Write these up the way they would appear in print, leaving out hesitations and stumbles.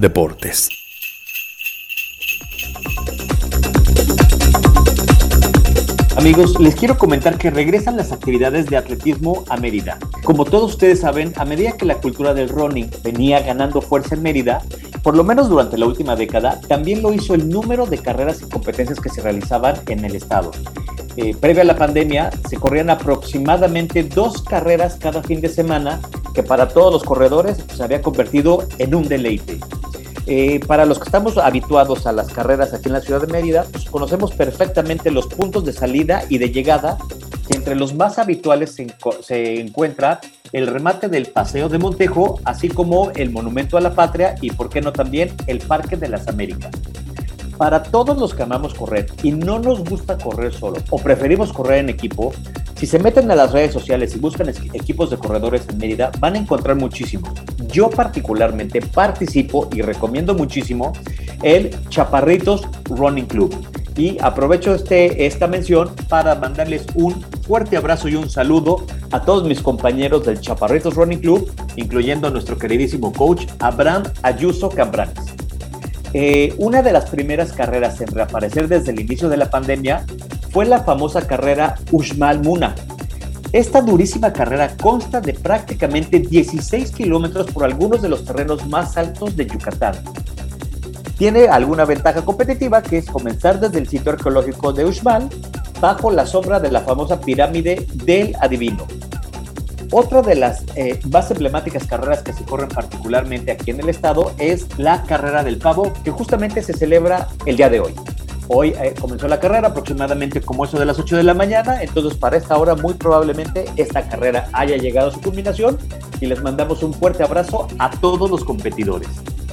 Deportes. Amigos, les quiero comentar que regresan las actividades de atletismo a Mérida. Como todos ustedes saben, a medida que la cultura del running venía ganando fuerza en Mérida, por lo menos durante la última década, también lo hizo el número de carreras y competencias que se realizaban en el estado. Previa a la pandemia, se corrían aproximadamente 2 carreras cada fin de semana, que para todos los corredores se había convertido en un deleite. Para los que estamos habituados a las carreras aquí en la ciudad de Mérida, pues conocemos perfectamente los puntos de salida y de llegada, que entre los más habituales se encuentra el remate del Paseo de Montejo, así como el Monumento a la Patria y, por qué no, también el Parque de las Américas. Para todos los que amamos correr y no nos gusta correr solo o preferimos correr en equipo, si se meten a las redes sociales y buscan equipos de corredores en Mérida, van a encontrar muchísimos. Yo particularmente participo y recomiendo muchísimo el Chaparritos Running Club. Y aprovecho esta mención para mandarles un fuerte abrazo y un saludo a todos mis compañeros del Chaparritos Running Club, incluyendo a nuestro queridísimo coach Abraham Ayuso Cambranes. Una de las primeras carreras en reaparecer desde el inicio de la pandemia fue la famosa carrera Uxmal Muna. Esta durísima carrera consta de prácticamente 16 kilómetros por algunos de los terrenos más altos de Yucatán. Tiene alguna ventaja competitiva, que es comenzar desde el sitio arqueológico de Uxmal, bajo la sombra de la famosa pirámide del Adivino. Otra de las más emblemáticas carreras que se corren particularmente aquí en el estado es la Carrera del Pavo, que justamente se celebra el día de hoy. Hoy comenzó la carrera aproximadamente como eso de las 8 de la mañana, entonces para esta hora muy probablemente esta carrera haya llegado a su culminación y les mandamos un fuerte abrazo a todos los competidores.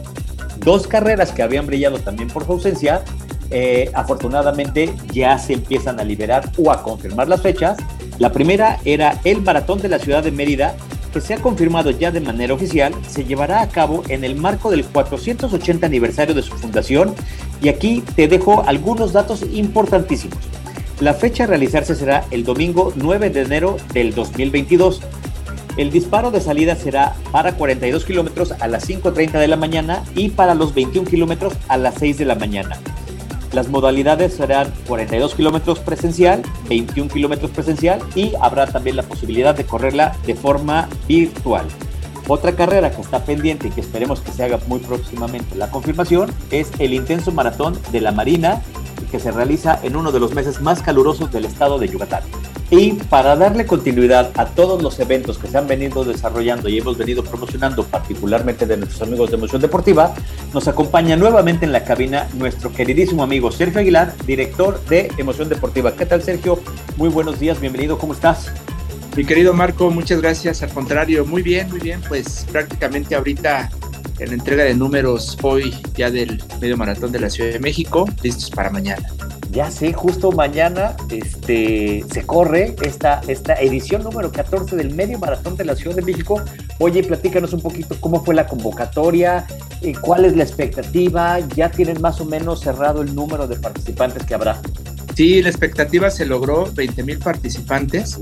2 carreras que habían brillado también por su ausencia, afortunadamente ya se empiezan a liberar o a confirmar las fechas. La primera era el Maratón de la Ciudad de Mérida, que se ha confirmado ya de manera oficial, se llevará a cabo en el marco del 480 aniversario de su fundación, y aquí te dejo algunos datos importantísimos. La fecha a realizarse será el domingo 9 de enero del 2022. El disparo de salida será para 42 kilómetros a las 5:30 de la mañana y para los 21 kilómetros a las 6 de la mañana. Las modalidades serán 42 kilómetros presencial, 21 kilómetros presencial y habrá también la posibilidad de correrla de forma virtual. Otra carrera que está pendiente y que esperemos que se haga muy próximamente la confirmación es el intenso maratón de la Marina, que se realiza en uno de los meses más calurosos del estado de Yucatán. Y para darle continuidad a todos los eventos que se han venido desarrollando y hemos venido promocionando, particularmente de nuestros amigos de Emoción Deportiva, nos acompaña nuevamente en la cabina nuestro queridísimo amigo Sergio Aguilar, director de Emoción Deportiva. ¿Qué tal, Sergio? Muy buenos días, bienvenido, ¿cómo estás? Mi querido Marco, muchas gracias, al contrario, muy bien, pues prácticamente ahorita en la entrega de números hoy ya del medio maratón de la Ciudad de México, listos para mañana. Ya sé, justo mañana se corre esta edición número 14 del medio maratón de la Ciudad de México. Oye, platícanos un poquito cómo fue la convocatoria, cuál es la expectativa, ya tienen más o menos cerrado el número de participantes que habrá. Sí, la expectativa se logró, 20,000 participantes.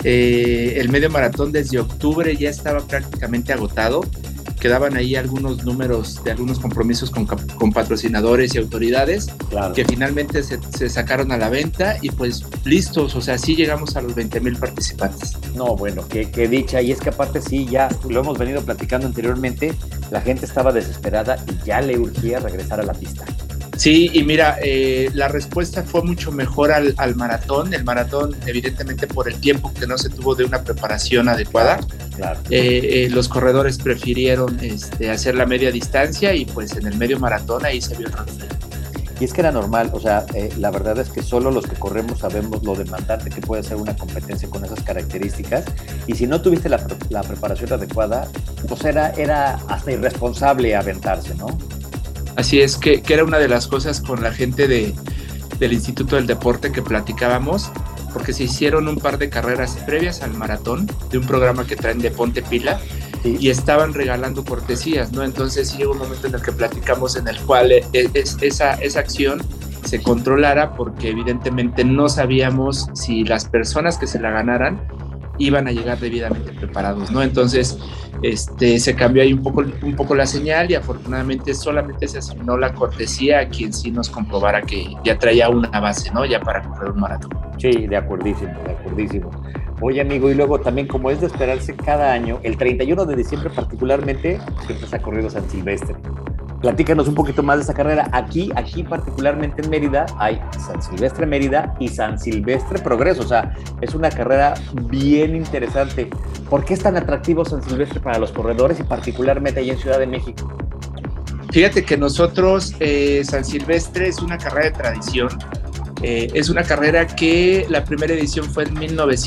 El medio maratón desde octubre ya estaba prácticamente agotado. Quedaban ahí algunos números de algunos compromisos con patrocinadores y autoridades, claro, que finalmente se sacaron a la venta y pues listos, o sea, sí llegamos a los 20,000 participantes. No, bueno, qué dicha, y es que aparte sí, ya lo hemos venido platicando anteriormente, la gente estaba desesperada y ya le urgía regresar a la pista. Sí, y mira, la respuesta fue mucho mejor al maratón. El maratón, evidentemente, por el tiempo que no se tuvo de una preparación adecuada, claro. Los corredores prefirieron hacer la media distancia y pues en el medio maratón ahí se vio el resultado. Y es que era normal, o sea, la verdad es que solo los que corremos sabemos lo demandante que puede ser una competencia con esas características, y si no tuviste la preparación adecuada, pues era hasta irresponsable aventarse, ¿no? Así es, que era una de las cosas con la gente del Instituto del Deporte que platicábamos, porque se hicieron un par de carreras previas al maratón de un programa que traen de Ponte Pila, sí, y estaban regalando cortesías, ¿no? Entonces sí llegó un momento en el que platicamos en el cual esa acción se controlara, porque evidentemente no sabíamos si las personas que se la ganaran iban a llegar debidamente preparados, ¿no? Entonces, se cambió ahí un poco la señal y afortunadamente solamente se asignó la cortesía a quien sí nos comprobara que ya traía una base, ¿no? Ya para correr un maratón. Sí, de acuerdísimo, de acuerdísimo. Oye, amigo, y luego también, como es de esperarse cada año, el 31 de diciembre particularmente, siempre se ha corrido San Silvestre. Platícanos un poquito más de esa carrera. Aquí particularmente en Mérida, hay San Silvestre Mérida y San Silvestre Progreso. O sea, es una carrera bien interesante. ¿Por qué es tan atractivo San Silvestre para los corredores y particularmente allá en Ciudad de México? Fíjate que nosotros, San Silvestre es una carrera de tradición. Es una carrera que la primera edición fue en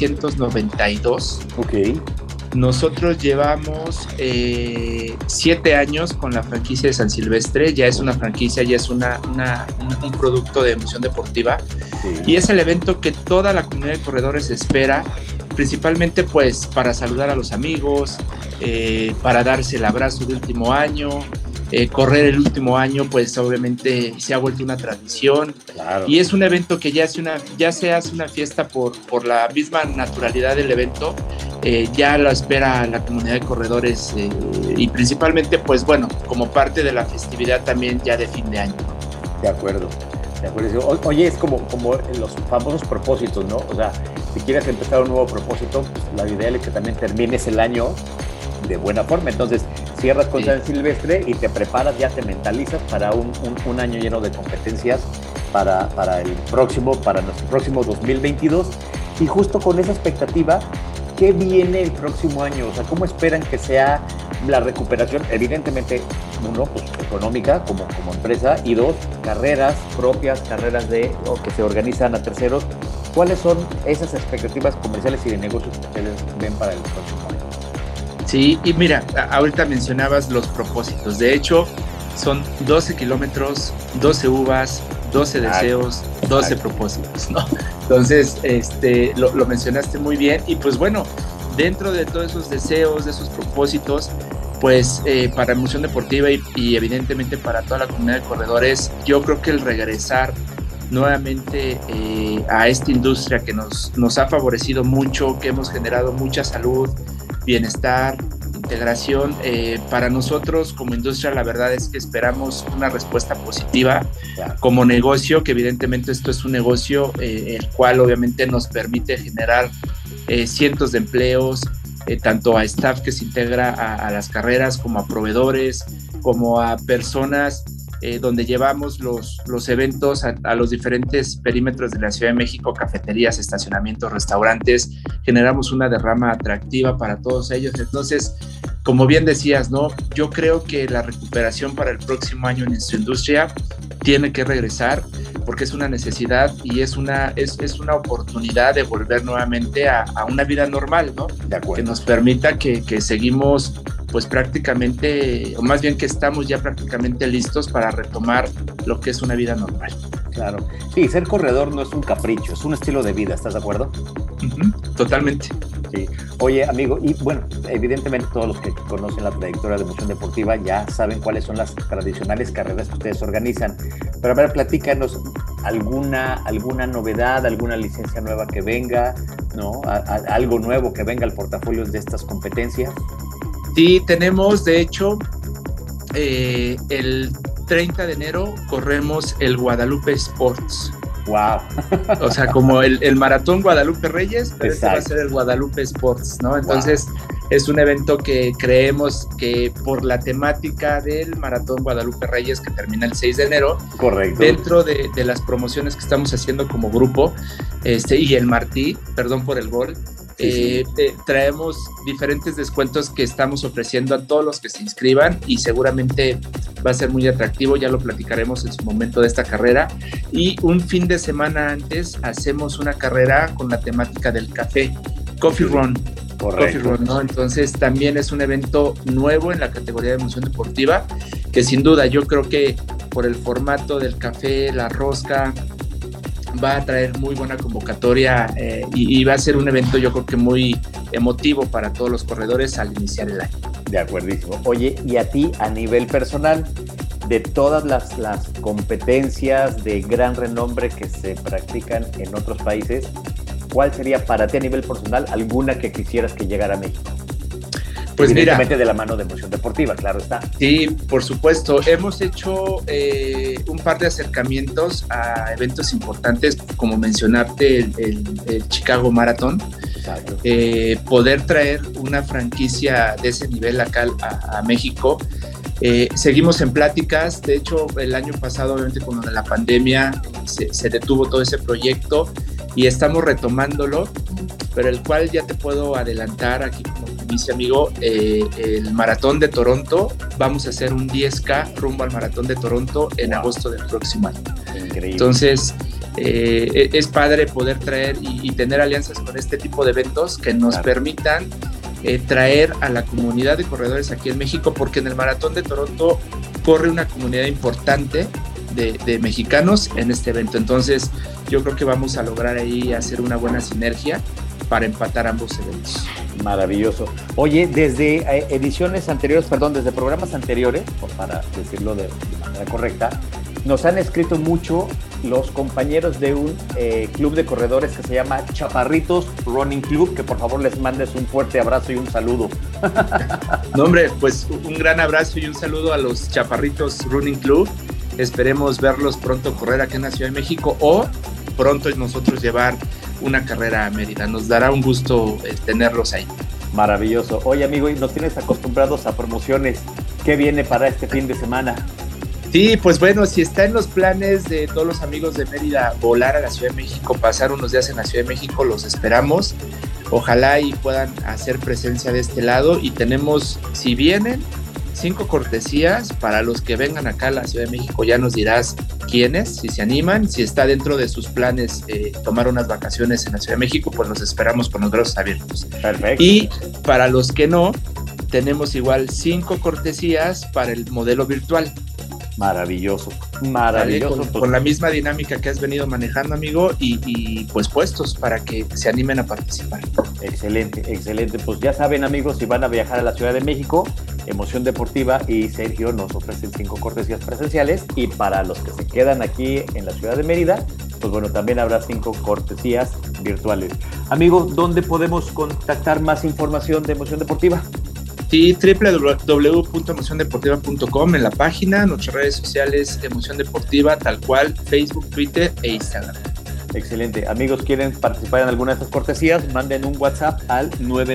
1992. Ok. Nosotros llevamos 7 años con la franquicia de San Silvestre. Ya es una franquicia, ya es un producto de Emoción Deportiva. Sí. Y es el evento que toda la comunidad de corredores espera, principalmente pues para saludar a los amigos, para darse el abrazo de último año. Correr el último año pues obviamente se ha vuelto una tradición. Claro. Y es un evento que ya se hace una fiesta por la misma naturalidad del evento. Ya lo espera la comunidad de corredores y principalmente pues bueno, como parte de la festividad también ya de fin de año. De acuerdo. Oye, es como los famosos propósitos, ¿no? O sea, si quieres empezar un nuevo propósito, pues la idea es que también termines el año de buena forma. Entonces cierras con San Silvestre y te preparas, ya te mentalizas para un año lleno de competencias para nuestro próximo 2022. Y justo con esa expectativa, ¿qué viene el próximo año? O sea, ¿cómo esperan que sea la recuperación? Evidentemente, uno, pues económica como empresa, y dos, carreras propias, carreras que se organizan a terceros. ¿Cuáles son esas expectativas comerciales y de negocios que ustedes ven para el próximo año? Sí, y mira, ahorita mencionabas los propósitos. De hecho, son 12 kilómetros, 12 uvas, 12 deseos, 12 propósitos, ¿no? Entonces, lo mencionaste muy bien. Y pues bueno, dentro de todos esos deseos, de esos propósitos, pues para Emoción Deportiva y evidentemente para toda la comunidad de corredores, yo creo que el regresar nuevamente a esta industria que nos ha favorecido mucho, que hemos generado mucha salud, bienestar, integración, para nosotros como industria la verdad es que esperamos una respuesta positiva. Como negocio, que evidentemente esto es un negocio el cual obviamente nos permite generar cientos de empleos, tanto a staff que se integra a las carreras, como a proveedores, como a personas donde llevamos los eventos a los diferentes perímetros de la Ciudad de México, cafeterías, estacionamientos, restaurantes, generamos una derrama atractiva para todos ellos. Entonces, como bien decías, ¿no? Yo creo que la recuperación para el próximo año en nuestra industria tiene que regresar porque es una necesidad y es una oportunidad de volver nuevamente a una vida normal, ¿no? De acuerdo. Que nos permita que seguimos pues prácticamente, o más bien que estamos ya prácticamente listos para retomar lo que es una vida normal. Claro. Sí, ser corredor no es un capricho, es un estilo de vida, ¿estás de acuerdo? Totalmente. Sí. Oye, amigo, y bueno, evidentemente todos los que conocen la trayectoria de Emoción Deportiva ya saben cuáles son las tradicionales carreras que ustedes organizan. Pero a ver, platícanos alguna novedad, alguna licencia nueva que venga, ¿no? Algo nuevo que venga al portafolio de estas competencias. Sí, tenemos, de hecho, el 30 de enero corremos el Guadalupe Sports. ¡Wow! O sea, como el Maratón Guadalupe Reyes, pero este va a ser el Guadalupe Sports, ¿no? Entonces, es un evento que creemos que por la temática del Maratón Guadalupe Reyes, que termina el 6 de enero, correcto, dentro de las promociones que estamos haciendo como grupo, y el Martí, perdón por el gol, traemos diferentes descuentos que estamos ofreciendo a todos los que se inscriban y seguramente va a ser muy atractivo, ya lo platicaremos en su momento de esta carrera. Y un fin de semana antes hacemos una carrera con la temática del café, Coffee Run. Correcto. Coffee Run, ¿no? Entonces también es un evento nuevo en la categoría de Emoción Deportiva, que sin duda yo creo que por el formato del café, la rosca, va a traer muy buena convocatoria y va a ser un evento yo creo que muy emotivo para todos los corredores al iniciar el año. De acuerdísimo. Oye, y a ti a nivel personal, de todas las competencias de gran renombre que se practican en otros países, ¿cuál sería para ti a nivel personal alguna que quisieras que llegara a México? Pues evidentemente mira, de la mano de Emoción Deportiva, claro está. Sí, por supuesto. Hemos hecho un par de acercamientos a eventos importantes, como mencionarte el Chicago Marathon. Poder traer una franquicia de ese nivel acá a México. Seguimos en pláticas. De hecho, el año pasado, obviamente con la pandemia, se detuvo todo ese proyecto y estamos retomándolo, pero el cual ya te puedo adelantar aquí como primicia, amigo, el Maratón de Toronto. Vamos a hacer un 10K rumbo al Maratón de Toronto en agosto del próximo año. Increíble. Entonces, es padre poder traer y tener alianzas con este tipo de eventos que nos permitan traer a la comunidad de corredores aquí en México, porque en el Maratón de Toronto corre una comunidad importante de mexicanos en este evento. Entonces, yo creo que vamos a lograr ahí hacer una buena sinergia para empatar ambos eventos. Maravilloso. Oye, desde ediciones anteriores, desde programas anteriores, para decirlo de manera correcta, nos han escrito mucho los compañeros de un club de corredores que se llama Chaparritos Running Club, que por favor les mandes un fuerte abrazo y un saludo. No, hombre, pues un gran abrazo y un saludo a los Chaparritos Running Club. Esperemos verlos pronto correr aquí en la Ciudad de México o pronto nosotros llevar una carrera a Mérida. Nos dará un gusto tenerlos ahí. Maravilloso. Oye, amigo, y nos tienes acostumbrados a promociones. ¿Qué viene para este fin de semana? Sí, pues bueno, si está en los planes de todos los amigos de Mérida volar a la Ciudad de México, pasar unos días en la Ciudad de México, los esperamos. Ojalá y puedan hacer presencia de este lado. Y tenemos, si vienen, 5 cortesías para los que vengan acá a la Ciudad de México. Ya nos dirás quiénes, si se animan, si está dentro de sus planes tomar unas vacaciones en la Ciudad de México, pues los esperamos con los brazos abiertos. Perfecto. Y para los que no, tenemos igual 5 cortesías para el modelo virtual. Maravilloso, maravilloso. Con la misma dinámica que has venido manejando, amigo, y pues puestos para que se animen a participar. Excelente, excelente. Pues ya saben, amigos, si van a viajar a la Ciudad de México, Emoción Deportiva y Sergio nos ofrecen 5 cortesías presenciales, y para los que se quedan aquí en la Ciudad de Mérida, pues bueno, también habrá 5 cortesías virtuales. Amigo, ¿dónde podemos contactar más información de Emoción Deportiva? Sí, www.emociondeportiva.com en la página, nuestras redes sociales Emoción Deportiva, tal cual, Facebook, Twitter e Instagram. Excelente. Amigos, ¿quieren participar en alguna de estas cortesías? Manden un WhatsApp al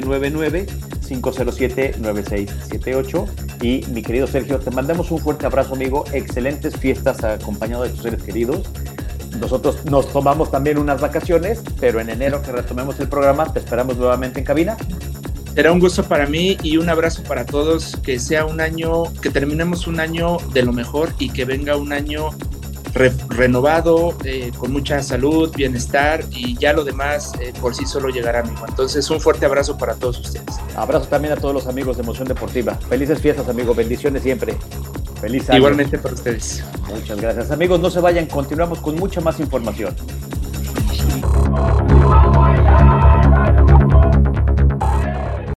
999-507-9678. Y mi querido Sergio, te mandamos un fuerte abrazo, amigo. Excelentes fiestas acompañado de tus seres queridos. Nosotros nos tomamos también unas vacaciones, pero en enero que retomemos el programa, te esperamos nuevamente en cabina. Será un gusto para mí y un abrazo para todos, que sea un año, que terminemos un año de lo mejor y que venga un año renovado, con mucha salud, bienestar, y ya lo demás por sí solo llegará, amigo. Entonces, un fuerte abrazo para todos ustedes. Abrazo también a todos los amigos de Emoción Deportiva. Felices fiestas, amigo. Bendiciones siempre. Feliz año. Igualmente para ustedes. Muchas gracias, amigos. No se vayan, continuamos con mucha más información.